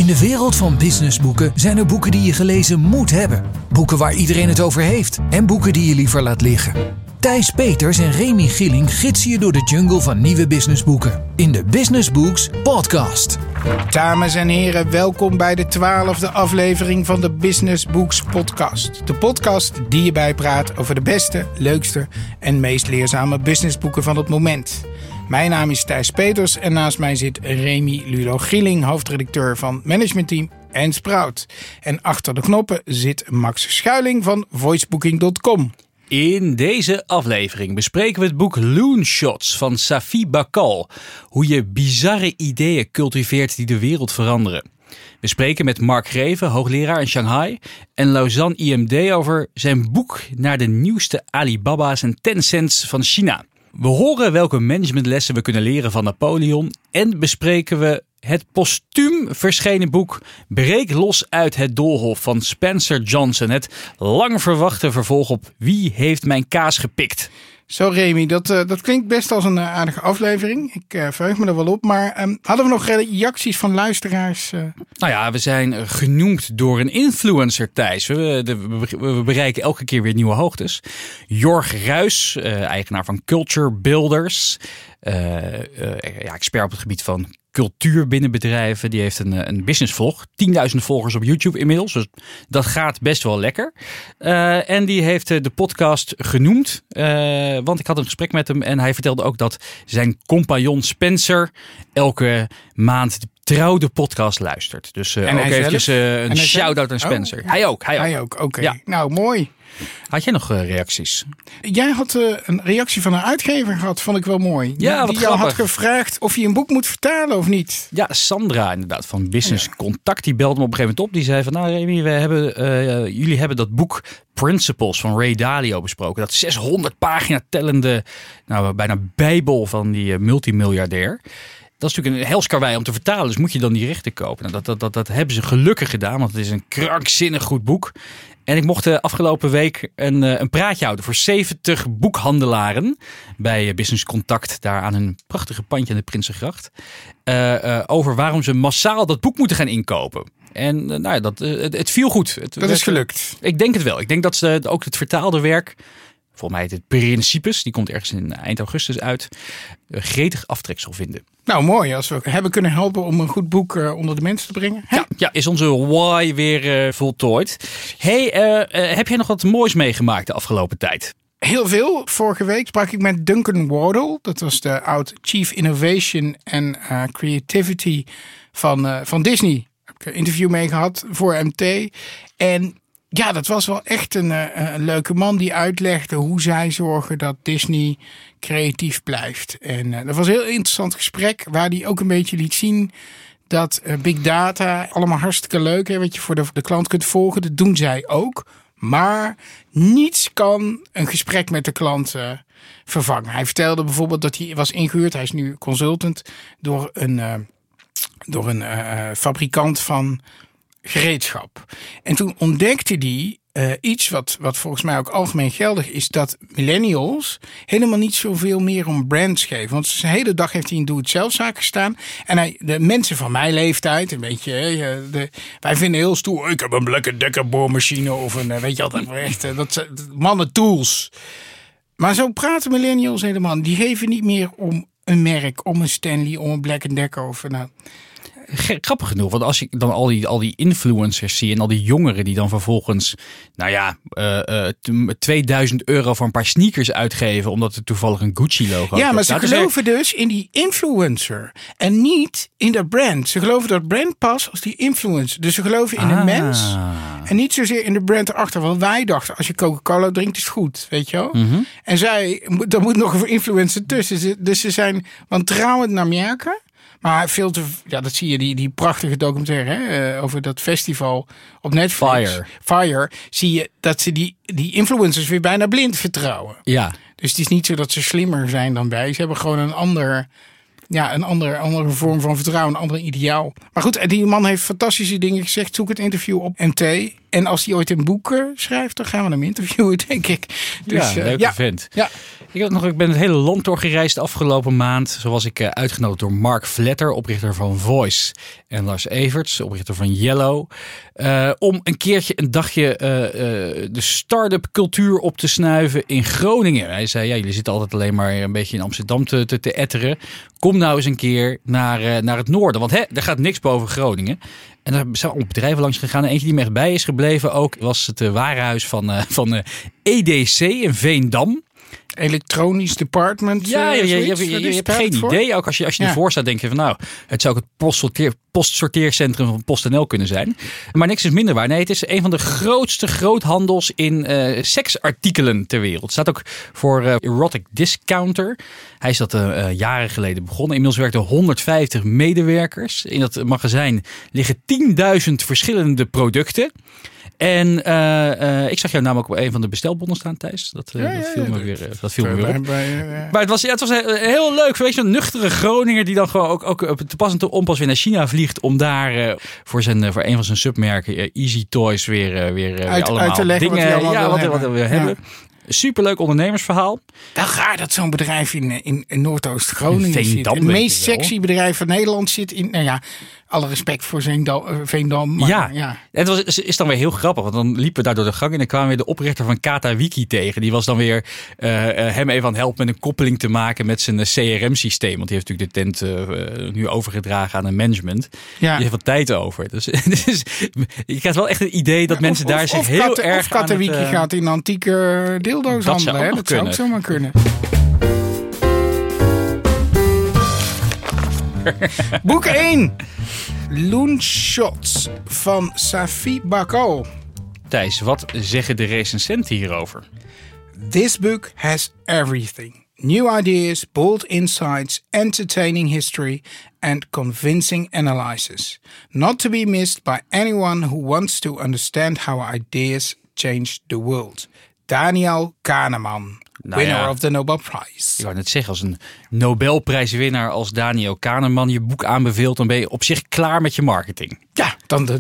In de wereld van businessboeken zijn er boeken die je gelezen moet hebben. Boeken waar iedereen het over heeft. En boeken die je liever laat liggen. Thijs Peters en Remy Gieling gidsen je door de jungle van nieuwe businessboeken. In de Business Books Podcast. Dames en heren, welkom bij de 12e aflevering van de Business Books Podcast. De podcast die je bijpraat over de beste, leukste en meest leerzame businessboeken van het moment. Mijn naam is Thijs Peters en naast mij zit Remy Ludo Gieling, hoofdredacteur van Managementteam en Sprout. En achter de knoppen zit Max Schuiling van voicebooking.com. In deze aflevering bespreken we het boek Loonshots van Safi Bahcall. Hoe je bizarre ideeën cultiveert die de wereld veranderen. We spreken met Mark Greven, hoogleraar in Shanghai, en Lausanne IMD over zijn boek naar de nieuwste Alibaba's en Tencents van China. We horen welke managementlessen we kunnen leren van Napoleon en bespreken we het postuum verschenen boek Breek los uit het doolhof van Spencer Johnson. Het lang verwachte vervolg op Wie heeft mijn kaas gepikt? Zo Remy, dat klinkt best als een aardige aflevering. Ik verheug me er wel op. Maar hadden we nog reacties van luisteraars? Nou ja, we zijn genoemd door een influencer, Thijs. We bereiken elke keer weer nieuwe hoogtes. Jorg Ruys, eigenaar van Culture Builders. Expert op het gebied van cultuur binnen bedrijven. Die heeft een businessvlog. 10.000 volgers op YouTube inmiddels. Dus dat gaat best wel lekker. En die heeft de podcast genoemd. Want ik had een gesprek met hem. En hij vertelde ook dat zijn compagnon Spencer elke maand trouw de podcast luistert. Dus ook eventjes een shout-out aan Spencer. Oh, Hij ook. Oké. Ja. Nou, mooi. Had jij nog reacties? Jij had een reactie van een uitgever gehad, vond ik wel mooi. Ja, wat die jou grappig. had gevraagd of je een boek moet vertalen of niet. Ja, Sandra inderdaad van Business Contact. Die belde me op een gegeven moment op. Die zei van, nou Remy, jullie hebben dat boek Principles van Ray Dalio besproken. Dat 600 pagina tellende, bijna bijbel van die multimiljardair. Dat is natuurlijk een helskarwei om te vertalen. Dus moet je dan die rechten kopen. Nou, dat hebben ze gelukkig gedaan. Want het is een krankzinnig goed boek. En ik mocht de afgelopen week een praatje houden voor 70 boekhandelaren bij Business Contact. Daar aan hun prachtige pandje aan de Prinsengracht. Over waarom ze massaal dat boek moeten gaan inkopen. En het viel goed. Dat is gelukt. Ik denk het wel. Ik denk dat ze ook het vertaalde werk, volgens mij het Principes, die komt ergens in eind augustus uit, gretig aftrek vinden. Nou, mooi. Als we hebben kunnen helpen om een goed boek onder de mensen te brengen. Ja, is onze why weer voltooid. Hey, heb jij nog wat moois meegemaakt de afgelopen tijd? Heel veel. Vorige week sprak ik met Duncan Wardle. Dat was de oud Chief Innovation en Creativity van Disney. Heb ik een interview mee gehad voor MT. En ja, dat was wel echt een leuke man die uitlegde hoe zij zorgen dat Disney creatief blijft. En dat was een heel interessant gesprek waar hij ook een beetje liet zien dat big data allemaal hartstikke leuk is. Wat je voor de klant kunt volgen, dat doen zij ook. Maar niets kan een gesprek met de klant vervangen. Hij vertelde bijvoorbeeld dat hij was ingehuurd, hij is nu consultant, door een fabrikant van gereedschap. En toen ontdekte hij iets wat volgens mij ook algemeen geldig is, dat millennials helemaal niet zoveel meer om brands geven. Want zijn hele dag heeft hij in doe-het-zelf-zaak gestaan. En de mensen van mijn leeftijd, een beetje, wij vinden heel stoer, ik heb een Black & Decker boormachine of een, weet je altijd, echt, dat zijn mannen tools. Maar zo praten millennials helemaal. Die geven niet meer om een merk, om een Stanley, om een Black & Decker of Grappig genoeg, want als je dan al die influencers ziet en al die jongeren die dan vervolgens, €2000 voor een paar sneakers uitgeven omdat er toevallig een Gucci-logo Ja, maar ze geloven dus in die influencer en niet in de brand. Ze geloven dat brand pas als die influencer. Dus ze geloven in de mens en niet zozeer in de brand erachter. Want wij dachten, als je Coca-Cola drinkt, is het goed, weet je wel? Mm-hmm. En daar moet nog een influencer tussen. Dus ze zijn wantrouwend naar merken. Maar veel te, dat zie je, die prachtige documentaire over dat festival op Netflix. Fire. Zie je dat ze die influencers weer bijna blind vertrouwen. Ja. Dus het is niet zo dat ze slimmer zijn dan wij. Ze hebben gewoon een andere vorm van vertrouwen, een ander ideaal. Maar goed, die man heeft fantastische dingen gezegd. Zoek het interview op MT. En als hij ooit een boek schrijft, dan gaan we hem interviewen, denk ik. Dus, leuke vent. Ja. Ik ben het hele land doorgereisd afgelopen maand. Zo was ik uitgenodigd door Mark Vletter, oprichter van Voice. En Lars Everts, oprichter van Yellow. Om een keertje een dagje de start-up cultuur op te snuiven in Groningen. Hij zei, jullie zitten altijd alleen maar een beetje in Amsterdam te etteren. Kom nou eens een keer naar het noorden. Want er gaat niks boven Groningen. En daar zijn allemaal bedrijven langs gegaan. En eentje die me echt bij is gebleven ook was het warenhuis van EDC in Veendam. Elektronisch department. Je hebt geen idee. Ook als je ervoor staat, denk je van nou, het zou ook het postsorteercentrum van PostNL kunnen zijn. Maar niks is minder waar. Nee, het is een van de grootste groothandels in seksartikelen ter wereld. Het staat ook voor Erotic Discounter. Hij is dat jaren geleden begonnen. Inmiddels werken er 150 medewerkers. In dat magazijn liggen 10.000 verschillende producten. En ik zag jouw naam ook op een van de bestelbonnen staan, Thijs. Dat viel me weer op. Maar het was heel leuk. Weet je, een nuchtere Groninger die dan gewoon ook te pas en te onpas weer naar China vliegt. Om daar voor een van zijn submerken, Easy Toys, weer allemaal uit te leggen dingen wat we hebben. Superleuk ondernemersverhaal. Wel gaar dat zo'n bedrijf in Noordoost-Groningen zit. Het meest sexy bedrijf van Nederland zit in... alle respect voor Veendam. Maar, Het is dan weer heel grappig. Want dan liepen we daar door de gang en dan kwamen we de oprichter van KataWiki tegen. Die was dan weer hem even aan het helpen met een koppeling te maken met zijn CRM-systeem. Want die heeft natuurlijk de tent nu overgedragen aan een management. Ja. Die heeft wat tijd over. Dus je krijgt wel echt het idee dat mensen daar zich heel erg of KataWiki gaat in antieke dildo's handelen. Dat zou ook zomaar kunnen. Boek 1. Loonshots van Safi Bahcall. Thijs, wat zeggen de recensenten hierover? This book has everything. New ideas, bold insights, entertaining history and convincing analysis. Not to be missed by anyone who wants to understand how ideas change the world. Daniel Kahneman. Winner of the Nobel Prize. Ik wou net zeggen, als een Nobelprijswinnaar als Daniel Kahneman je boek aanbeveelt, dan ben je op zich klaar met je marketing. Ja,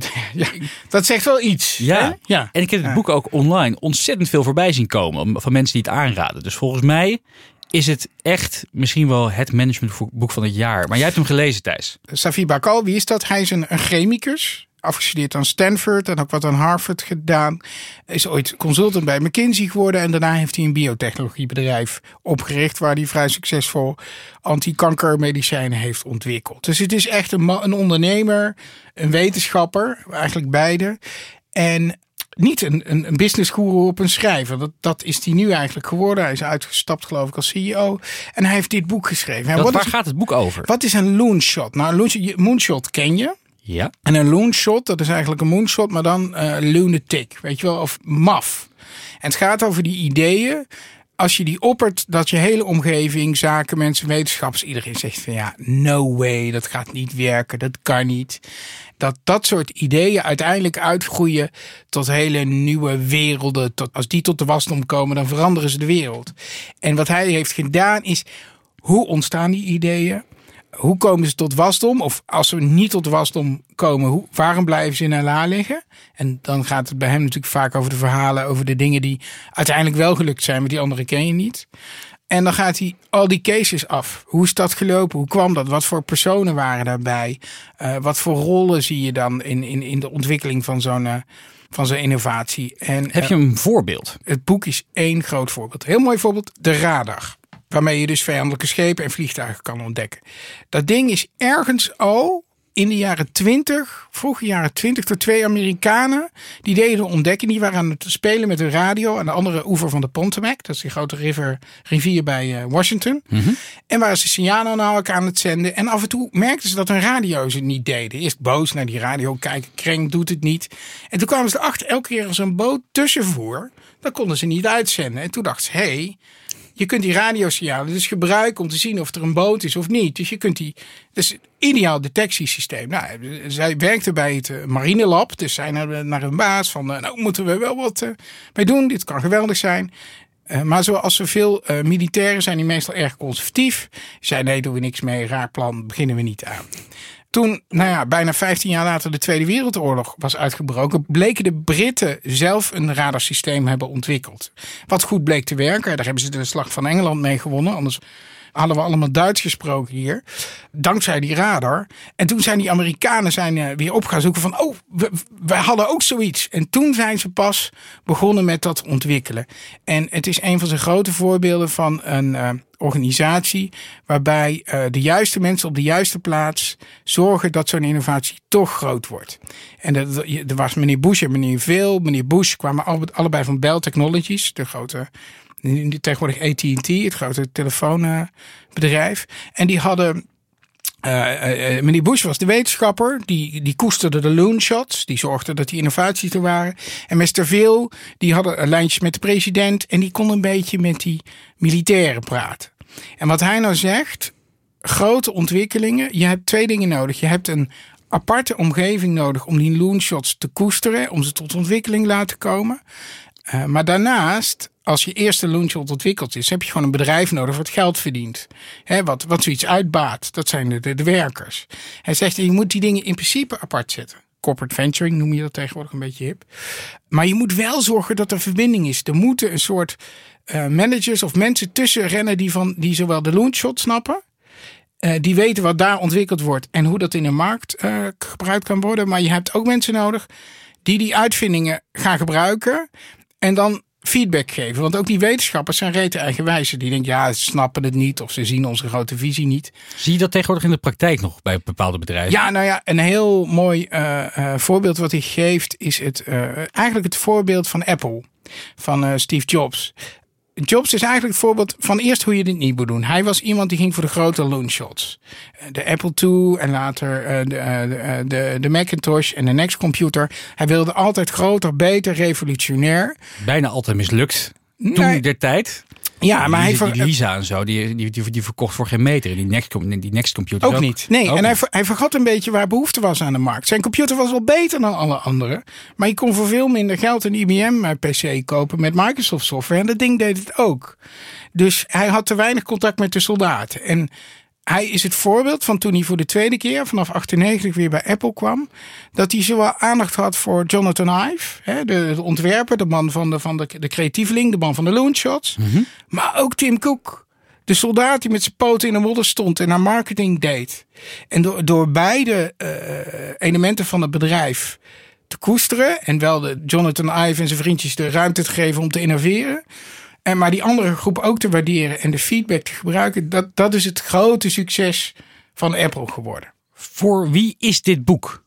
dat zegt wel iets. Ja. En ik heb het boek ook online ontzettend veel voorbij zien komen van mensen die het aanraden. Dus volgens mij is het echt misschien wel het managementboek van het jaar. Maar jij hebt hem gelezen, Thijs. Safi Bahcall, wie is dat? Hij is een chemicus. Afgestudeerd aan Stanford en ook wat aan Harvard gedaan. Is ooit consultant bij McKinsey geworden. En daarna heeft hij een biotechnologiebedrijf opgericht. Waar hij vrij succesvol anti-kankermedicijnen heeft ontwikkeld. Dus het is echt een ondernemer, een wetenschapper. Eigenlijk beide. En niet een businessgoeroe op een schrijver. Dat is hij nu eigenlijk geworden. Hij is uitgestapt, geloof ik, als CEO. En hij heeft dit boek geschreven. Waar gaat het boek over? Wat is een loonshot? Nou, een moonshot ken je. Ja. En een loonshot, dat is eigenlijk een moonshot, maar dan lunatic, weet je wel, of maf. En het gaat over die ideeën. Als je die oppert, dat je hele omgeving, zaken, mensen, wetenschappers, iedereen zegt van no way, dat gaat niet werken, dat kan niet. Dat soort ideeën uiteindelijk uitgroeien tot hele nieuwe werelden. Als die tot de wasdom komen, dan veranderen ze de wereld. En wat hij heeft gedaan is, hoe ontstaan die ideeën? Hoe komen ze tot wasdom? Of als ze niet tot wasdom komen, waarom blijven ze in LA liggen? En dan gaat het bij hem natuurlijk vaak over de verhalen, over de dingen die uiteindelijk wel gelukt zijn, maar die anderen ken je niet. En dan gaat hij al die cases af. Hoe is dat gelopen? Hoe kwam dat? Wat voor personen waren daarbij? Wat voor rollen zie je dan in de ontwikkeling van zo'n innovatie? En, heb je een voorbeeld? Het boek is één groot voorbeeld. Heel mooi voorbeeld, de radar. Waarmee je dus vijandelijke schepen en vliegtuigen kan ontdekken. Dat ding is ergens al in de jaren 20, vroege jaren 20, door 2 Amerikanen. Die deden de ontdekking. Die waren aan het spelen met een radio aan de andere oever van de Potomac. Dat is die grote rivier bij Washington. Mm-hmm. En waren ze signalen naar elkaar aan het zenden. En af en toe merkten ze dat hun radio's het niet deden. Eerst boos naar die radio kijken. Kreng doet het niet. En toen kwamen ze erachter, elke keer als een boot tussenvoer, dan konden ze niet uitzenden. En toen dachten ze, je kunt die radiosignalen dus gebruiken om te zien of er een boot is of niet. Dus je kunt dus ideaal detectiesysteem. Nou, zij werkte bij het marinelab. Dus zij naar hun baas van, moeten we wel wat mee doen. Dit kan geweldig zijn. Maar zoals zoveel militairen zijn die meestal erg conservatief. Zei nee, doen we niks mee. Raar plan, beginnen we niet aan. toen, bijna 15 jaar later de Tweede Wereldoorlog was uitgebroken, bleken de Britten zelf een radarsysteem hebben ontwikkeld. Wat goed bleek te werken. Daar hebben ze de Slag van Engeland mee gewonnen. Anders hadden we allemaal Duits gesproken hier. Dankzij die radar. En toen zijn die Amerikanen weer op gaan zoeken van, wij hadden ook zoiets. En toen zijn ze pas begonnen met dat ontwikkelen. En het is een van zijn grote voorbeelden van een organisatie waarbij de juiste mensen op de juiste plaats zorgen dat zo'n innovatie toch groot wordt. En er was meneer Bush en meneer Vail. Meneer Bush kwamen allebei van Bell Technologies, de grote, tegenwoordig AT&T, het grote telefoonbedrijf. En die hadden, meneer Bush was de wetenschapper, die koesterde de loonshots, die zorgde dat die innovaties er waren. En Mr. Vail, die hadden lijntjes met de president en die kon een beetje met die militairen praten. En wat hij nou zegt, grote ontwikkelingen, je hebt 2 dingen nodig. Je hebt een aparte omgeving nodig om die loonshots te koesteren, om ze tot ontwikkeling laten komen. Maar als je eerste loonshot ontwikkeld is, heb je gewoon een bedrijf nodig wat geld verdient. Wat zoiets uitbaat. Dat zijn de werkers. Hij zegt, je moet die dingen in principe apart zetten. Corporate venturing noem je dat tegenwoordig een beetje hip. Maar je moet wel zorgen dat er verbinding is. Er moeten een soort managers of mensen tussen rennen die zowel de loonshot snappen, die weten wat daar ontwikkeld wordt en hoe dat in de markt gebruikt kan worden. Maar je hebt ook mensen nodig die uitvindingen gaan gebruiken en dan feedback geven. Want ook die wetenschappers zijn rete eigenwijze. Die denken, ze snappen het niet of ze zien onze grote visie niet. Zie je dat tegenwoordig in de praktijk nog bij bepaalde bedrijven? Ja, een heel mooi voorbeeld wat hij geeft is eigenlijk het voorbeeld van Apple. Van Steve Jobs. Jobs is eigenlijk het voorbeeld van eerst hoe je dit niet moet doen. Hij was iemand die ging voor de grote loonshots. De Apple II en later de Macintosh en de Next Computer. Hij wilde altijd groter, beter, revolutionair. Bijna altijd mislukt. Toen der tijd. Ja, maar die Lisa en zo, die verkocht voor geen meter. Die Next Computer ook niet. Nee, ook en hij vergat een beetje waar behoefte was aan de markt. Zijn computer was wel beter dan alle anderen. Maar je kon voor veel minder geld een IBM-PC kopen met Microsoft software. En dat ding deed het ook. Dus hij had te weinig contact met de soldaten. En hij is het voorbeeld van toen hij voor de tweede keer vanaf 98 weer bij Apple kwam. Dat hij zowel aandacht had voor Jonathan Ive, de ontwerper, de man van de creatieveling, de man van de loonshots. Mm-hmm. Maar ook Tim Cook, de soldaat die met zijn poten in de modder stond en naar marketing deed. En door beide elementen van het bedrijf te koesteren en wel de Jonathan Ive en zijn vriendjes de ruimte te geven om te innoveren. Maar die andere groep ook te waarderen en de feedback te gebruiken, dat is het grote succes van Apple geworden. Voor wie is dit boek?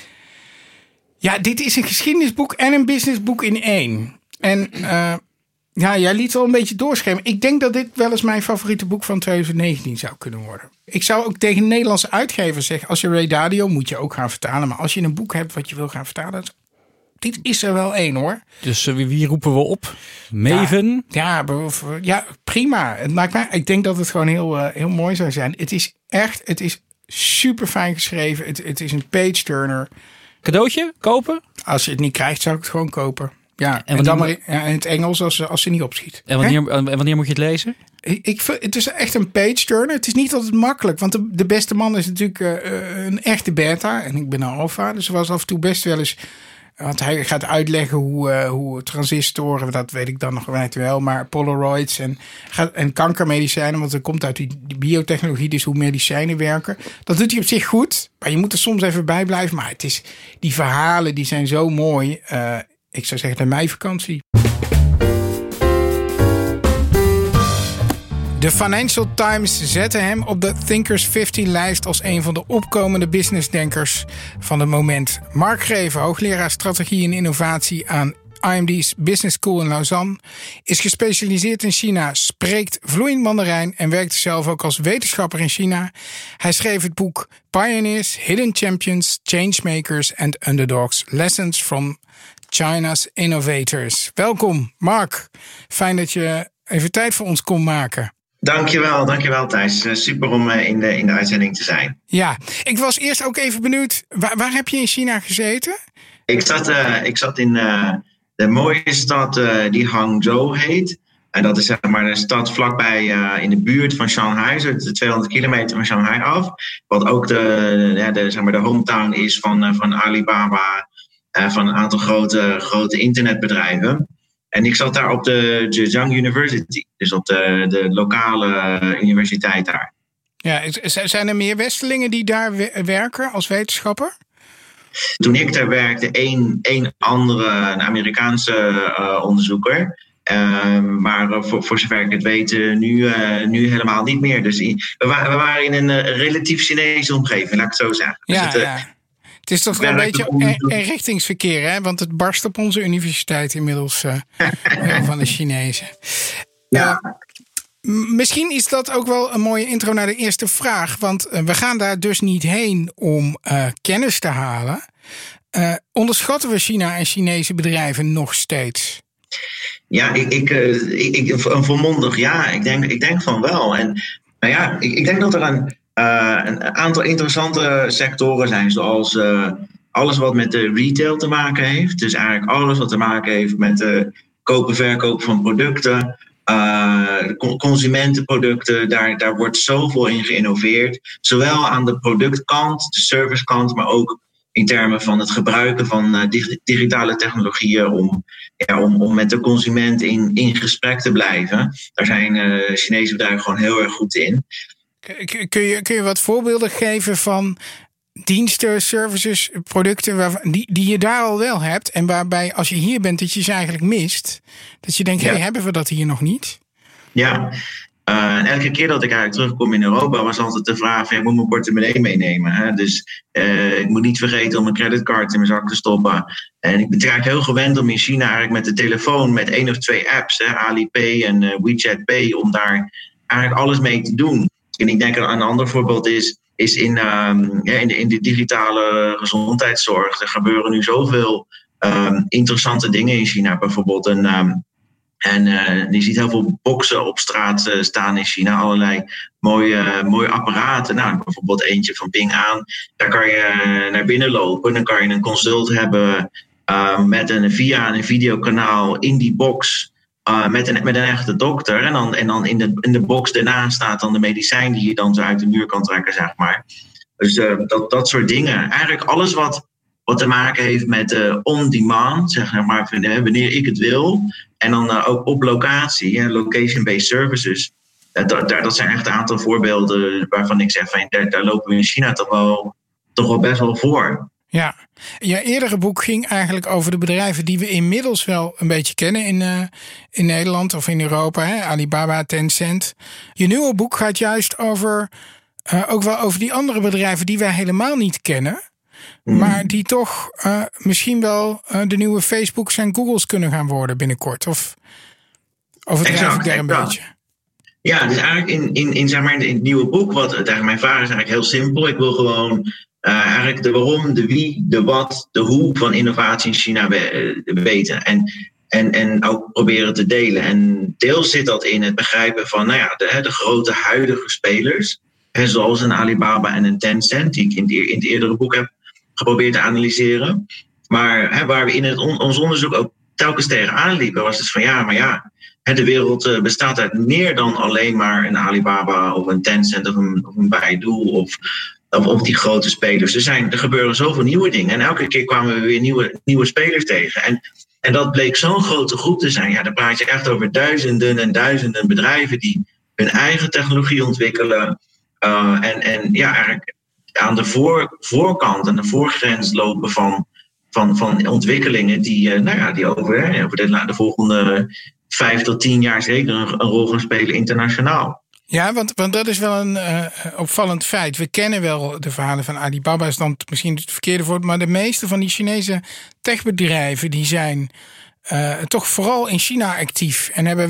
Ja, dit is een geschiedenisboek en een businessboek in één. En jij liet wel een beetje doorschemeren. Ik denk dat dit wel eens mijn favoriete boek van 2019 zou kunnen worden. Ik zou ook tegen Nederlandse uitgevers zeggen, als je Ray Dalio moet je ook gaan vertalen. Maar als je een boek hebt wat je wil gaan vertalen, dit is er wel één hoor. Dus wie roepen we op? Maven? Ja, prima. Het maakt mij, ik denk dat het gewoon heel mooi zou zijn. Het is super fijn geschreven. Het is een page-turner. Cadeautje? Kopen? Als je het niet krijgt, zou ik het gewoon kopen. Ja, en dan maar in het Engels als ze niet opschiet. En wanneer moet je het lezen? Het is echt een page-turner. Het is niet altijd makkelijk. Want de beste man is natuurlijk een echte beta. En ik ben een alpha. Dus er was af en toe best wel eens. Want hij gaat uitleggen hoe transistoren, dat weet ik dan nog wel, maar Polaroids en kankermedicijnen, want dat komt uit die biotechnologie, dus hoe medicijnen werken. Dat doet hij op zich goed, maar je moet er soms even bij blijven. Maar die verhalen die zijn zo mooi. Ik zou zeggen de meivakantie. De Financial Times zette hem op de Thinkers 50-lijst als een van de opkomende businessdenkers van het moment. Mark Greven, hoogleraar strategie en innovatie aan IMD's Business School in Lausanne, is gespecialiseerd in China, spreekt vloeiend Mandarijn en werkte zelf ook als wetenschapper in China. Hij schreef het boek Pioneers, Hidden Champions, Changemakers and Underdogs, Lessons from China's Innovators. Welkom, Mark. Fijn dat je even tijd voor ons kon maken. Dankjewel Thijs. Super om in de uitzending te zijn. Ja, ik was eerst ook even benieuwd, waar heb je in China gezeten? Ik zat in de mooie stad die Hangzhou heet. En dat is zeg maar een stad vlakbij in de buurt van Shanghai, zo 200 kilometer van Shanghai af. Wat ook de hometown is van Alibaba, van een aantal grote internetbedrijven. En ik zat daar op de Zhejiang University, dus op de lokale universiteit daar. Ja, zijn er meer Westelingen die daar werken als wetenschapper? Toen ik daar werkte, één andere, een Amerikaanse onderzoeker. Maar voor zover ik het weet, nu helemaal niet meer. Dus we waren in een relatief Chinese omgeving, laat ik het zo zeggen. Ja, dus het is toch wel een beetje eenrichtingsverkeer, hè? Want het barst op onze universiteit inmiddels van de Chinezen. Ja. Misschien is dat ook wel een mooie intro naar de eerste vraag. Want we gaan daar dus niet heen om kennis te halen. Onderschatten we China en Chinese bedrijven nog steeds? Ja, ik volmondig ja. Ik denk van wel. En nou ja, ik denk dat er een aantal interessante sectoren zijn. Zoals alles wat met de retail te maken heeft. Dus eigenlijk alles wat te maken heeft met de kopen, verkopen van producten. Consumentenproducten, daar wordt zoveel in geïnnoveerd. Zowel aan de productkant, de servicekant, maar ook in termen van het gebruiken van digitale technologieën om met de consument in gesprek te blijven. Daar zijn Chinese bedrijven gewoon heel erg goed in. Kun je wat voorbeelden geven van diensten, services, producten die je daar al wel hebt en waarbij als je hier bent dat je ze eigenlijk mist? Dat je denkt, hebben we dat hier nog niet? Ja, en elke keer dat ik eigenlijk terugkom in Europa was altijd de vraag, ik moet mijn portemonnee meenemen. Hè? Dus ik moet niet vergeten om een creditcard in mijn zak te stoppen. En ik ben eigenlijk heel gewend om in China eigenlijk met de telefoon met 1 of 2 apps, Alipay en WeChat Pay, om daar eigenlijk alles mee te doen. En ik denk een ander voorbeeld is in de digitale gezondheidszorg. Er gebeuren nu zoveel interessante dingen in China. Bijvoorbeeld je ziet heel veel boxen op straat staan in China. Allerlei mooie apparaten. Nou, bijvoorbeeld eentje van Ping An. Daar kan je naar binnen lopen. Dan kan je een consult hebben via een videokanaal in die box. Met een echte dokter. En dan in de box daarna staat dan de medicijn die je dan zo uit de muur kan trekken, zeg maar. Dus dat soort dingen. Eigenlijk alles wat te maken heeft met on-demand, zeg maar, wanneer ik het wil. En dan ook op locatie, location-based services. Dat zijn echt een aantal voorbeelden waarvan ik zeg, daar lopen we in China toch wel best wel voor. Ja, je eerdere boek ging eigenlijk over de bedrijven die we inmiddels wel een beetje kennen in Nederland of in Europa. Hè? Alibaba, Tencent. Je nieuwe boek gaat juist ook wel over die andere bedrijven die wij helemaal niet kennen. Maar die toch misschien wel de nieuwe Facebooks en Googles kunnen gaan worden binnenkort. Of overdrijf ik daar een beetje? Ja, dus eigenlijk in het nieuwe boek, mijn vraag is eigenlijk heel simpel. Ik wil gewoon eigenlijk de waarom, de wie, de wat, de hoe van innovatie in China weten. En ook proberen te delen. En deels zit dat in het begrijpen van de grote huidige spelers. Zoals een Alibaba en een Tencent, die ik in het eerdere boek heb geprobeerd te analyseren. Maar waar we in ons onderzoek ook telkens tegenaan liepen, was het van de wereld bestaat uit meer dan alleen maar een Alibaba of een Tencent of een Baidu of die grote spelers. Er gebeuren zoveel nieuwe dingen. En elke keer kwamen we weer nieuwe spelers tegen. En dat bleek zo'n grote groep te zijn. Ja, dan praat je echt over duizenden en duizenden bedrijven die hun eigen technologie ontwikkelen. Eigenlijk aan de voorkant en de voorgrens lopen van ontwikkelingen die over de volgende 5 tot 10 jaar zeker een rol gaan spelen internationaal. Ja, want dat is wel een opvallend feit. We kennen wel de verhalen van Alibaba, is dan misschien het verkeerde woord, maar de meeste van die Chinese techbedrijven die zijn toch vooral in China actief en hebben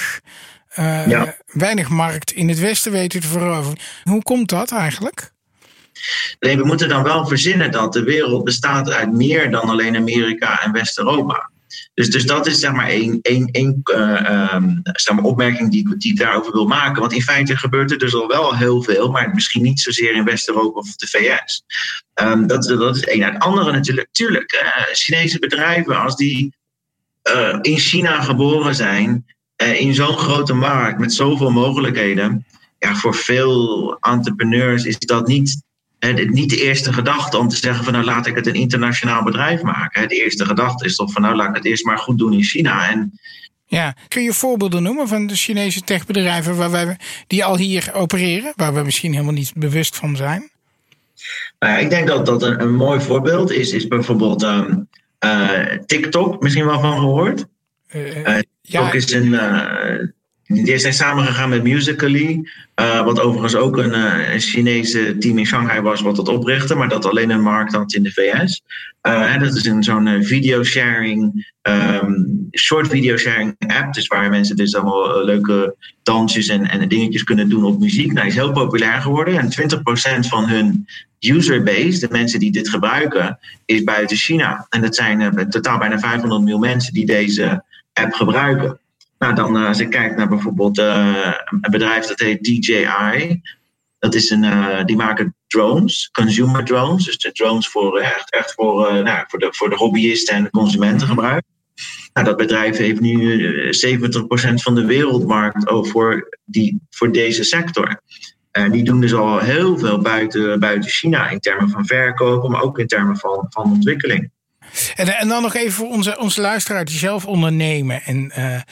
weinig markt in het Westen weten te veroveren. Hoe komt dat eigenlijk? Nee, we moeten dan wel verzinnen dat de wereld bestaat uit meer dan alleen Amerika en West-Europa. Dus dat is zeg maar één opmerking die ik daarover wil maken. Want in feite gebeurt er dus al wel heel veel, maar misschien niet zozeer in West-Europa of de VS. Dat is één. Het andere natuurlijk, Chinese bedrijven, als die in China geboren zijn, in zo'n grote markt met zoveel mogelijkheden, ja, voor veel entrepreneurs is dat niet de eerste gedachte om te zeggen van nou laat ik het een internationaal bedrijf maken. De eerste gedachte is toch van nou laat ik het eerst maar goed doen in China. En ja, kun je voorbeelden noemen van de Chinese techbedrijven die al hier opereren, waar we misschien helemaal niet bewust van zijn? Nou ja, ik denk dat een mooi voorbeeld is bijvoorbeeld TikTok, misschien wel van gehoord. TikTok is die zijn samengegaan met Musical.ly, wat overigens ook een Chinese team in Shanghai was wat dat oprichtte, maar dat alleen een markt had in de VS. Dat is zo'n videosharing, short videosharing app, dus waar mensen dus allemaal leuke dansjes en dingetjes kunnen doen op muziek. Nou, is heel populair geworden en 20% van hun userbase, de mensen die dit gebruiken, is buiten China. En dat zijn totaal bijna 500 miljoen mensen die deze app gebruiken. Nou, dan als ik kijk naar bijvoorbeeld een bedrijf dat heet DJI. Dat is die maken drones, consumer drones. Dus de drones voor echt voor de hobbyisten en de consumenten gebruik. Nou, dat bedrijf heeft nu 70% van de wereldmarkt voor deze sector. Die doen dus al heel veel buiten China in termen van verkopen, maar ook in termen van ontwikkeling. En dan nog even voor onze luisteraar die zelf ondernemen. En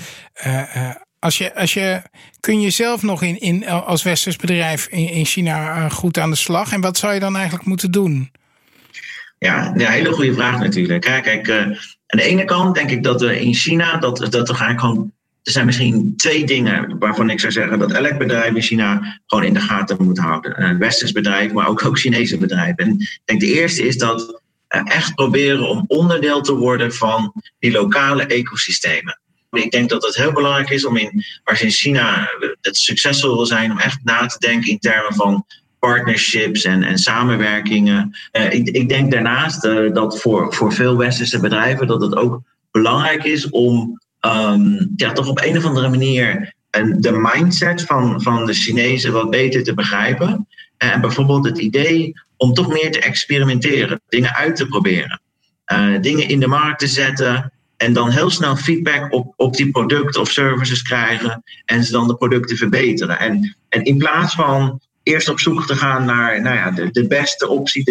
kun je zelf nog als westers bedrijf in China goed aan de slag? En wat zou je dan eigenlijk moeten doen? Ja, een hele goede vraag natuurlijk. Kijk, aan de ene kant denk ik dat we in China dat er eigenlijk gewoon. Er zijn misschien 2 dingen waarvan ik zou zeggen dat elk bedrijf in China gewoon in de gaten moet houden. Een westers bedrijf, maar ook Chinese bedrijven. En ik denk de eerste is dat echt proberen om onderdeel te worden van die lokale ecosystemen. Ik denk dat het heel belangrijk is om als je in China het succesvol wil zijn, om echt na te denken in termen van partnerships en samenwerkingen. Ik denk daarnaast dat voor veel westerse bedrijven dat het ook belangrijk is om toch op een of andere manier de mindset van de Chinezen wat beter te begrijpen. En bijvoorbeeld het idee om toch meer te experimenteren, dingen uit te proberen. Dingen in de markt te zetten en dan heel snel feedback op die producten of services krijgen en ze dan de producten verbeteren. En in plaats van eerst op zoek te gaan naar de beste optie,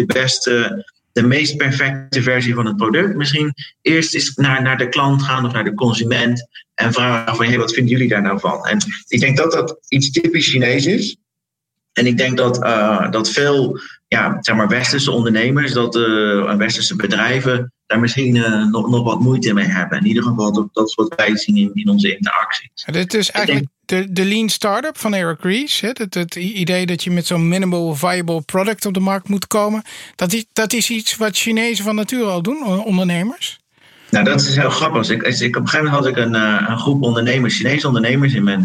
de meest perfecte versie van het product. Misschien eerst eens naar de klant gaan of naar de consument en vragen van wat vinden jullie daar nou van? En ik denk dat dat iets typisch Chinees is. En ik denk dat veel westerse ondernemers, en westerse bedrijven daar misschien nog wat moeite mee hebben. In ieder geval dat is wat wij zien in onze interacties. Dit is eigenlijk de lean startup van Eric Ries. Het idee dat je met zo'n minimal viable product op de markt moet komen. Dat is iets wat Chinezen van nature al doen, ondernemers? Nou, dat is heel grappig. Op een gegeven moment had ik een groep ondernemers, Chinese ondernemers in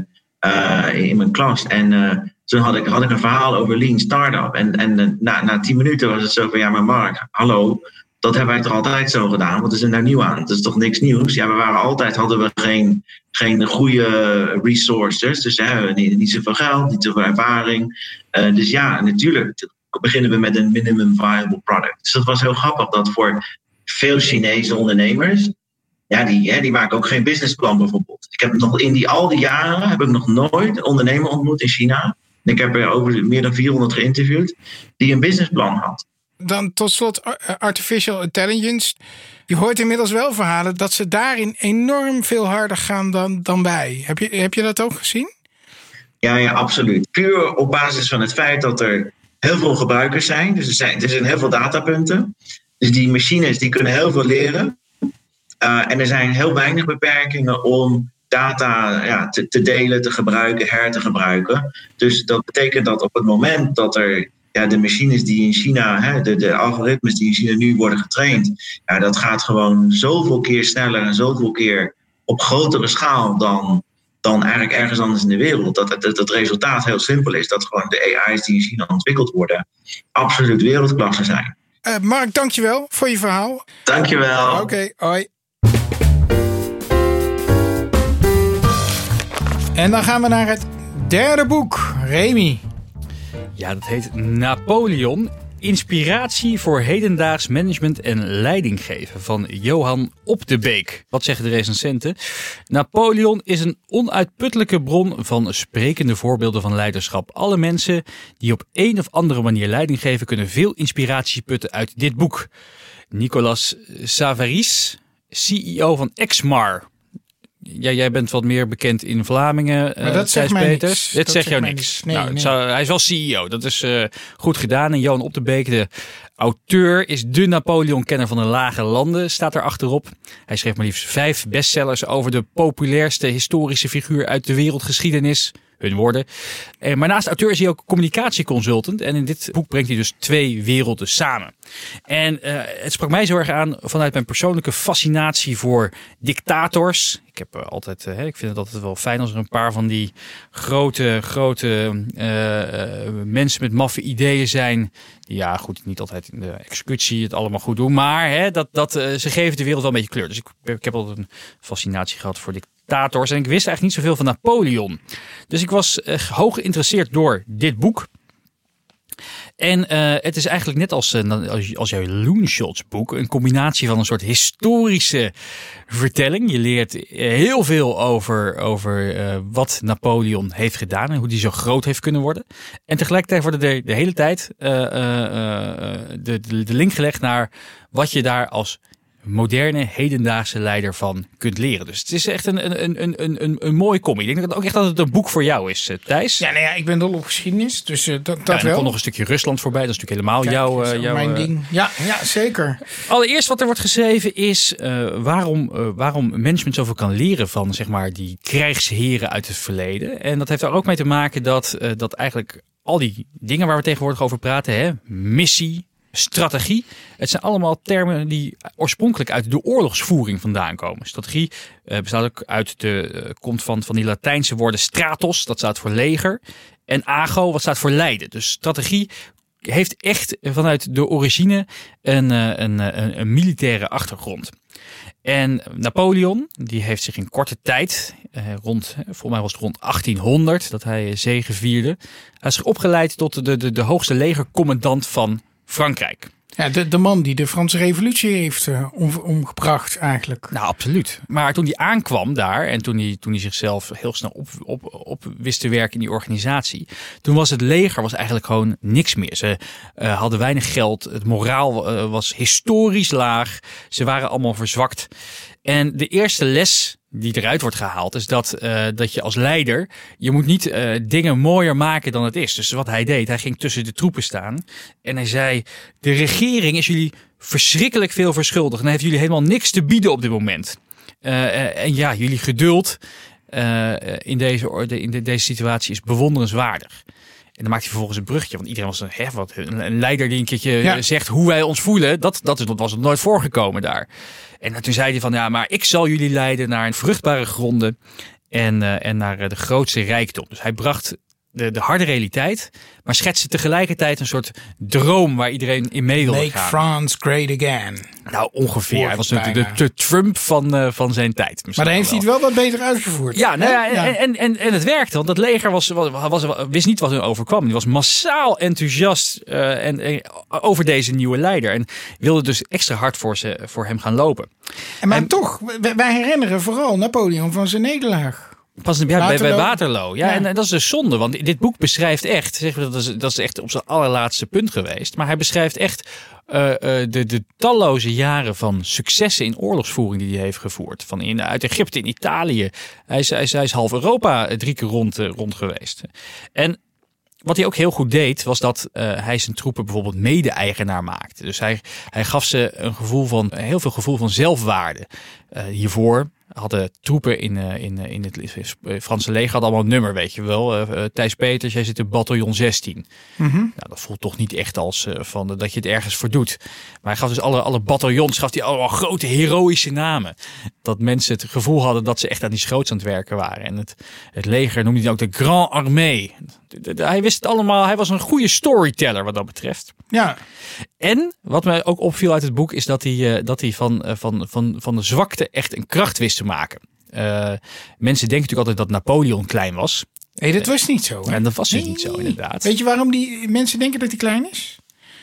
mijn klas. En toen had ik een verhaal over lean startup. En na 10 minuten was het zo van, maar Mark, hallo, dat hebben wij toch altijd zo gedaan? Wat is er nou nieuw aan? Dat is toch niks nieuws? Ja, hadden we geen goede resources. Dus niet zoveel geld, niet zoveel ervaring. Dus ja, natuurlijk beginnen we met een minimum viable product. Dus dat was heel grappig dat voor veel Chinese ondernemers, die maken ook geen businessplan bijvoorbeeld. Ik heb nog al die jaren heb ik nog nooit een ondernemer ontmoet in China. Ik heb er over meer dan 400 geïnterviewd die een businessplan had. Dan tot slot artificial intelligence. Je hoort inmiddels wel verhalen dat ze daarin enorm veel harder gaan dan wij. Heb je dat ook gezien? Ja, absoluut. Puur op basis van het feit dat er heel veel gebruikers zijn. Dus er zijn heel veel datapunten. Dus die machines die kunnen heel veel leren. En er zijn heel weinig beperkingen om data te delen, te gebruiken, te gebruiken. Dus dat betekent dat op het moment dat er de machines die in China, de algoritmes die in China nu worden getraind, dat gaat gewoon zoveel keer sneller en zoveel keer op grotere schaal dan eigenlijk ergens anders in de wereld. Dat het resultaat heel simpel is. Dat gewoon de AI's die in China ontwikkeld worden absoluut wereldklasse zijn. Mark, dankjewel voor je verhaal. Dankjewel. Oké, hoi. En dan gaan we naar het derde boek. Remy. Ja, dat heet Napoleon. Inspiratie voor hedendaags management en leidinggeven van Johan Op de Beek. Wat zeggen de recensenten? Napoleon is een onuitputtelijke bron van sprekende voorbeelden van leiderschap. Alle mensen die op een of andere manier leiding geven kunnen veel inspiratie putten uit dit boek. Nicolas Savaris, CEO van Exmar. Ja, jij bent wat meer bekend in Vlamingen. Maar dat zegt mij niks. Dit zegt jou niks. Nee. Hij is wel CEO. Dat is goed gedaan. En Johan Op de Beek, de auteur, is de Napoleon-kenner van de lage landen, staat er achterop. Hij schreef maar liefst 5 bestsellers over de populairste historische figuur uit de wereldgeschiedenis. Hun woorden. Maar naast auteur is hij ook communicatieconsultant. En in dit boek brengt hij dus 2 werelden samen. En het sprak mij zo erg aan vanuit mijn persoonlijke fascinatie voor dictators. Ik heb ik vind het altijd wel fijn als er een paar van die grote mensen met maffe ideeën zijn. Die, ja goed, niet altijd in de executie het allemaal goed doen. Maar ze geven de wereld wel een beetje kleur. Dus ik heb altijd een fascinatie gehad voor dictators. En ik wist eigenlijk niet zoveel van Napoleon. Dus ik was hoog geïnteresseerd door dit boek. En het is eigenlijk net als jouw Loonshots boek. Een combinatie van een soort historische vertelling. Je leert heel veel over wat Napoleon heeft gedaan. En hoe die zo groot heeft kunnen worden. En tegelijkertijd wordt er de hele tijd de link gelegd naar wat je daar als moderne, hedendaagse leider van kunt leren. Dus het is echt een mooie combi. Ik denk ook echt dat het een boek voor jou is, Thijs. Ja, ik ben dol op geschiedenis, dus dat wel. Er komt nog een stukje Rusland voorbij. Dat is natuurlijk helemaal jouw mijn ding. Ja, zeker. Allereerst wat er wordt geschreven is waarom management zoveel kan leren van, zeg maar, die krijgsheren uit het verleden. En dat heeft er ook mee te maken dat eigenlijk al die dingen waar we tegenwoordig over praten, missie, strategie. Het zijn allemaal termen die oorspronkelijk uit de oorlogsvoering vandaan komen. Strategie bestaat ook komt van die Latijnse woorden stratos, dat staat voor leger. En ago, wat staat voor leiden. Dus strategie heeft echt vanuit de origine een militaire achtergrond. En Napoleon, die heeft zich in korte tijd, volgens mij was het rond 1800, dat hij zegevierde. Hij is zich opgeleid tot de hoogste legercommandant van Frankrijk. Ja, de man die de Franse Revolutie heeft omgebracht eigenlijk. Nou, absoluut. Maar toen hij aankwam daar en toen hij zichzelf heel snel op wist te werken in die organisatie, toen was het leger eigenlijk gewoon niks meer. Ze hadden weinig geld, het moraal was historisch laag, ze waren allemaal verzwakt. En de eerste les die eruit wordt gehaald is dat je als leider, je moet niet dingen mooier maken dan het is. Dus wat hij deed, hij ging tussen de troepen staan en hij zei, de regering is jullie verschrikkelijk veel verschuldigd en heeft jullie helemaal niks te bieden op dit moment. En ja, jullie geduld in deze situatie is bewonderenswaardig. En dan maakt hij vervolgens een bruggetje. Want iedereen was een leider die een keertje zegt hoe wij ons voelen. Dat was nog nooit voorgekomen daar. En toen zei hij van, ja, maar ik zal jullie leiden naar een vruchtbare gronden. En naar de grootste rijkdom. Dus hij bracht de harde realiteit, maar schetste tegelijkertijd een soort droom waar iedereen in mee wilde gaan. Make France great again. Nou, ongeveer. Hij was de Trump van zijn tijd. Maar dan heeft hij het wel wat beter uitgevoerd. Ja, en het werkte. Want dat leger wist niet wat er overkwam. Die was massaal enthousiast over deze nieuwe leider. En wilde dus extra hard voor hem gaan lopen. Maar toch, wij herinneren vooral Napoleon van zijn nederlaag. Pas bij Waterloo. Ja, en dat is dus zonde. Want dit boek beschrijft echt, dat is echt op zijn allerlaatste punt geweest. Maar hij beschrijft echt de talloze jaren van successen in oorlogsvoering die hij heeft gevoerd. Uit Egypte in Italië. Hij is half Europa 3 keer rond geweest. En wat hij ook heel goed deed, was dat hij zijn troepen bijvoorbeeld mede-eigenaar maakte. Dus hij gaf ze heel veel gevoel van zelfwaarde. Hiervoor hadden troepen in het Franse leger hadden allemaal een nummer, weet je wel. Thijs Peters, jij zit in bataljon 16. Mm-hmm. Nou, dat voelt toch niet echt als dat je het ergens voor doet. Maar hij gaf dus alle bataljons, allemaal grote heroïsche namen. Dat mensen het gevoel hadden dat ze echt aan die schoots aan het werken waren. En het leger noemde hij ook de Grand Armée. Hij wist het allemaal. Hij was een goede storyteller wat dat betreft. Ja. En wat mij ook opviel uit het boek is dat hij van de zwakte echt een kracht wist te maken. Mensen denken natuurlijk altijd dat Napoleon klein was. Nee, dat was niet zo. Hè? En dat was dus niet zo, inderdaad. Weet je waarom die mensen denken dat hij klein is?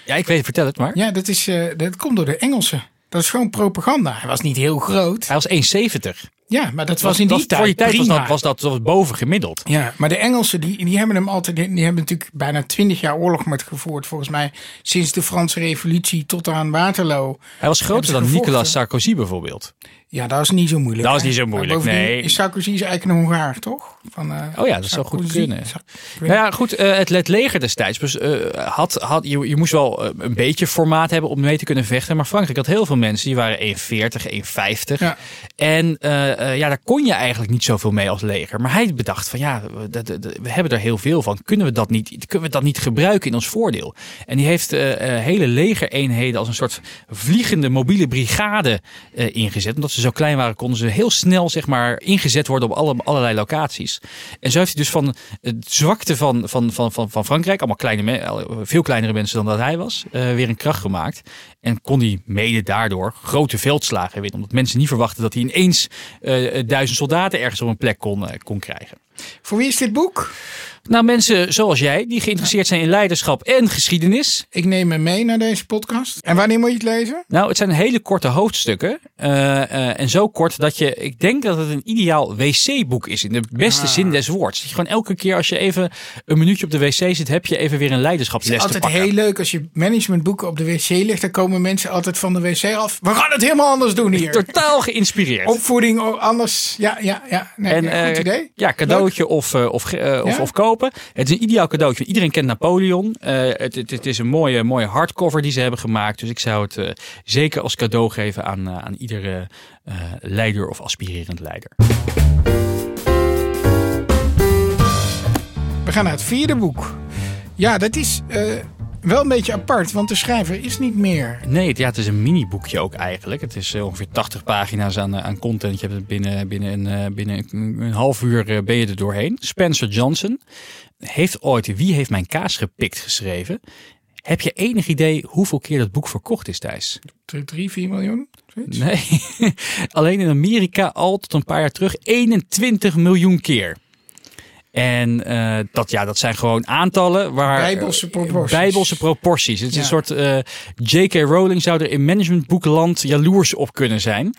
Ja, ik weet, vertel het maar. Ja, dat komt door de Engelsen. Dat is gewoon propaganda. Hij was niet heel groot. Hij was 1,70. Ja, maar dat was in die tijd voor die tijd prima. was dat boven gemiddeld. Ja, maar de Engelsen die hebben hem altijd. Die hebben natuurlijk bijna 20 jaar oorlog met gevoerd. Volgens mij sinds de Franse Revolutie tot aan Waterloo. Hij was groter dan Nicolas Sarkozy bijvoorbeeld. Ja, dat is niet zo moeilijk. Dat was niet zo moeilijk, nee. Sarkozy is eigenlijk een Hongaar, toch? Oh ja, dat zou goed kunnen. Nou ja, goed. Het leger destijds je moest wel een beetje formaat hebben om mee te kunnen vechten. Maar Frankrijk had heel veel mensen. Die waren 1,40, 1,50. Ja. En daar kon je eigenlijk niet zoveel mee als leger. Maar hij bedacht van we hebben er heel veel van. Kunnen we dat niet gebruiken in ons voordeel? En die heeft hele legereenheden als een soort vliegende mobiele brigade ingezet. Omdat ze zo klein waren, konden ze heel snel ingezet worden op allerlei locaties. En zo heeft hij dus van het zwakte van Frankrijk, veel kleinere mensen dan dat hij was, weer een kracht gemaakt. En kon hij mede daardoor grote veldslagen winnen. Omdat mensen niet verwachten dat hij ineens 1000 soldaten ergens op een plek kon krijgen. Voor wie is dit boek? Nou, mensen zoals jij, die geïnteresseerd zijn in leiderschap en geschiedenis. Ik neem me mee naar deze podcast. En wanneer moet je het lezen? Nou, het zijn hele korte hoofdstukken. En zo kort dat ik denk dat het een ideaal wc-boek is. In de beste zin des woords. Dat je gewoon elke keer als je even een minuutje op de wc zit, heb je even weer een leiderschapsles te pakken. Het is altijd heel leuk als je managementboeken op de wc ligt. Dan komen mensen altijd van de wc af. We gaan het helemaal anders doen hier. Totaal geïnspireerd. Opvoeding anders. Ja. Nee, goed idee. Ja, cadeautje of kopen. Het is een ideaal cadeautje. Iedereen kent Napoleon. Het is een mooie hardcover die ze hebben gemaakt. Dus ik zou het zeker als cadeau geven aan iedere leider of aspirerend leider. We gaan naar het 4e boek. Ja, dat is wel een beetje apart, want de schrijver is niet meer. Nee, het is een mini-boekje ook eigenlijk. Het is ongeveer 80 pagina's aan content. Je hebt het binnen een half uur ben je er doorheen. Spencer Johnson heeft ooit Wie heeft mijn kaas gepikt geschreven. Heb je enig idee hoeveel keer dat boek verkocht is, Thijs? 3, 4 miljoen? Zoiets? Nee, alleen in Amerika al tot een paar jaar terug 21 miljoen keer. En dat zijn gewoon aantallen waar Bijbelse proporties. Het is een soort J.K. Rowling zou er in managementboekenland jaloers op kunnen zijn.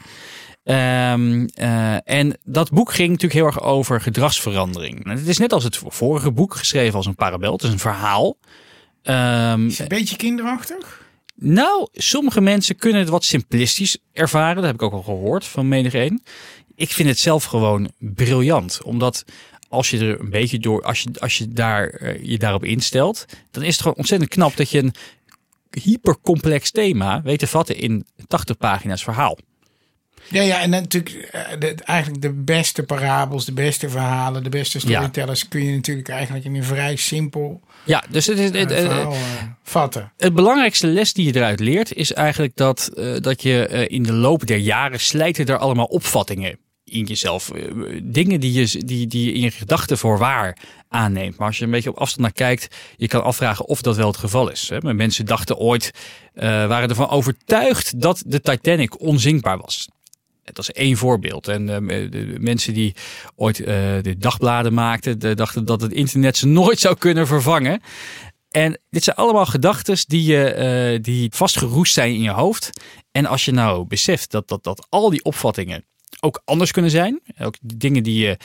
En dat boek ging natuurlijk heel erg over gedragsverandering. En het is net als het vorige boek geschreven als een parabel. Het is een verhaal. Is het een beetje kinderachtig? Nou, sommige mensen kunnen het wat simplistisch ervaren. Dat heb ik ook al gehoord van menigeen. Ik vind het zelf gewoon briljant. Omdat als je er een beetje als je je daarop instelt, dan is het gewoon ontzettend knap dat je een hypercomplex thema weet te vatten in 80 pagina's verhaal. Ja, en natuurlijk eigenlijk de beste parabels, de beste verhalen, de beste storytellers kun je natuurlijk eigenlijk in een vrij simpel dus verhaal vatten. Het belangrijkste les die je eruit leert is eigenlijk dat je in de loop der jaren slijten er allemaal opvattingen in jezelf. Dingen die je in je gedachten voor waar aanneemt. Maar als je een beetje op afstand naar kijkt, je kan afvragen of dat wel het geval is. Mensen dachten ooit, waren ervan overtuigd dat de Titanic onzinkbaar was. Dat is één voorbeeld. En de mensen die ooit de dagbladen maakten, dachten dat het internet ze nooit zou kunnen vervangen. En dit zijn allemaal gedachten die vastgeroest zijn in je hoofd. En als je nou beseft dat al die opvattingen ook anders kunnen zijn. Ook dingen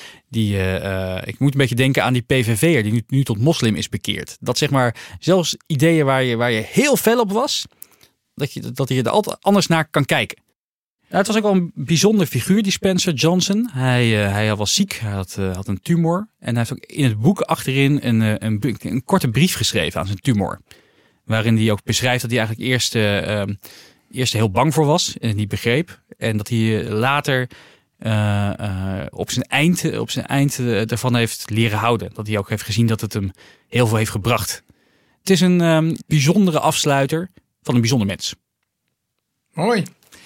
ik moet een beetje denken aan die PVV'er die nu tot moslim is bekeerd. Dat zeg maar zelfs ideeën waar je heel fel op was, dat je er altijd anders naar kan kijken. Nou, het was ook wel een bijzonder figuur, die Spencer Johnson. Hij was ziek, hij had een tumor. En hij heeft ook in het boek achterin een korte brief geschreven aan zijn tumor. Waarin hij ook beschrijft dat hij eigenlijk eerst heel bang voor was en niet begreep. En dat hij later op zijn eind ervan heeft leren houden. Dat hij ook heeft gezien dat het hem heel veel heeft gebracht. Het is een bijzondere afsluiter van een bijzonder mens. Mooi.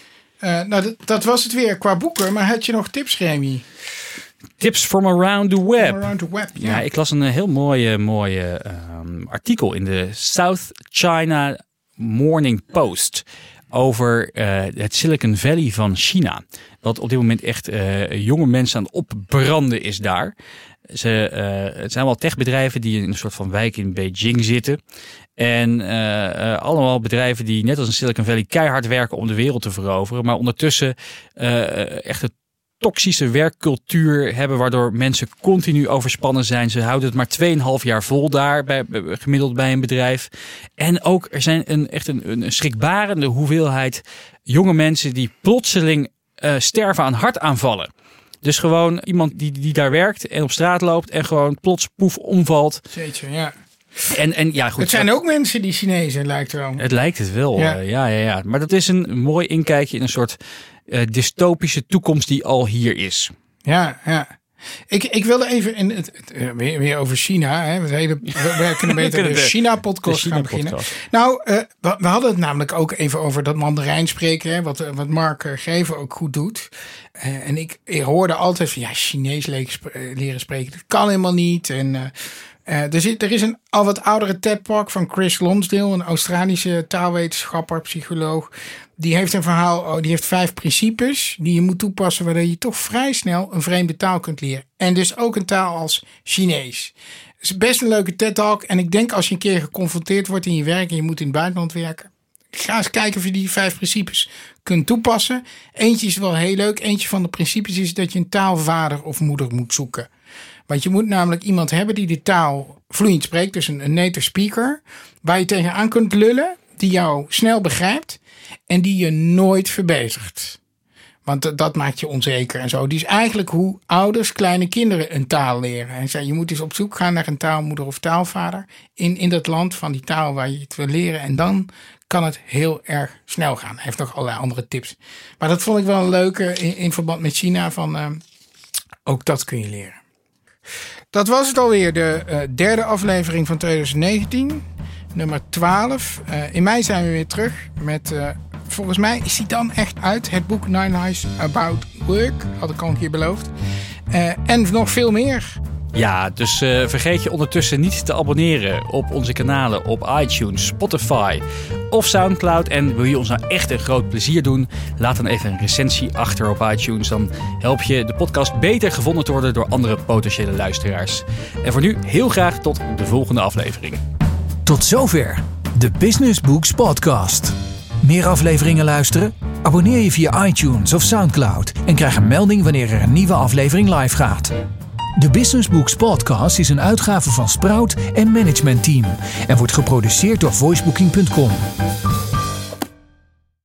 Dat was het weer qua boeken. Maar had je nog tips, Remy? Tips from around the web. Around the web, ja. Ik las een heel mooie artikel in de South China Morning Post over het Silicon Valley van China. Wat op dit moment echt jonge mensen aan het opbranden is daar. Het zijn wel techbedrijven die in een soort van wijk in Beijing zitten. En allemaal bedrijven die net als in Silicon Valley keihard werken om de wereld te veroveren. Maar ondertussen echt een toxische werkcultuur hebben, waardoor mensen continu overspannen zijn. Ze houden het maar 2,5 jaar vol daar, gemiddeld bij een bedrijf. En ook er zijn echt een schrikbarende hoeveelheid jonge mensen die plotseling sterven aan hartaanvallen. Dus gewoon iemand die daar werkt en op straat loopt en gewoon plots poef omvalt. Zeker, ja. En ja, goed. Het zijn ook mensen die Chinezen, lijkt het wel. Het lijkt het wel, ja. Maar dat is een mooi inkijkje in een soort dystopische toekomst die al hier is. Ja. Ik wilde even weer over China. Hè. We kunnen beter de China-podcast gaan beginnen. Nou, we hadden het namelijk ook even over dat Mandarijn spreken. Hè, wat Mark Geven ook goed doet. En ik hoorde altijd van Chinees leren spreken. Dat kan helemaal niet. En er is een al wat oudere TED-talk van Chris Lonsdale, een Australische taalwetenschapper, psycholoog. Die heeft een verhaal, die heeft 5 principes die je moet toepassen, waardoor je toch vrij snel een vreemde taal kunt leren. En dus ook een taal als Chinees. Het is best een leuke TED-talk. En ik denk als je een keer geconfronteerd wordt in je werk en je moet in het buitenland werken, ga eens kijken of je die 5 principes kunt toepassen. Eentje is wel heel leuk. Eentje van de principes is dat je een taalvader of moeder moet zoeken. Want je moet namelijk iemand hebben die de taal vloeiend spreekt. Dus een native speaker. Waar je tegenaan kunt lullen. Die jou snel begrijpt. En die je nooit verbetert. Want dat maakt je onzeker en zo. Die is eigenlijk hoe ouders kleine kinderen een taal leren. En zei, je moet dus op zoek gaan naar een taalmoeder of taalvader. In dat land van die taal waar je het wil leren. En dan kan het heel erg snel gaan. Hij heeft nog allerlei andere tips. Maar dat vond ik wel een leuke in verband met China. Van ook dat kun je leren. Dat was het alweer, de derde aflevering van 2019. Nummer 12. In mei zijn we weer terug met, volgens mij is die dan echt uit. Het boek 9 Lies About Work. Had ik al een keer beloofd. En nog veel meer. Ja, dus vergeet je ondertussen niet te abonneren op onze kanalen op iTunes, Spotify of Soundcloud. En wil je ons nou echt een groot plezier doen? Laat dan even een recensie achter op iTunes. Dan help je de podcast beter gevonden te worden door andere potentiële luisteraars. En voor nu heel graag tot de volgende aflevering. Tot zover de Business Books Podcast. Meer afleveringen luisteren? Abonneer je via iTunes of Soundcloud en krijg een melding wanneer er een nieuwe aflevering live gaat. De Business Books Podcast is een uitgave van Sprout en Management Team en wordt geproduceerd door voicebooking.com.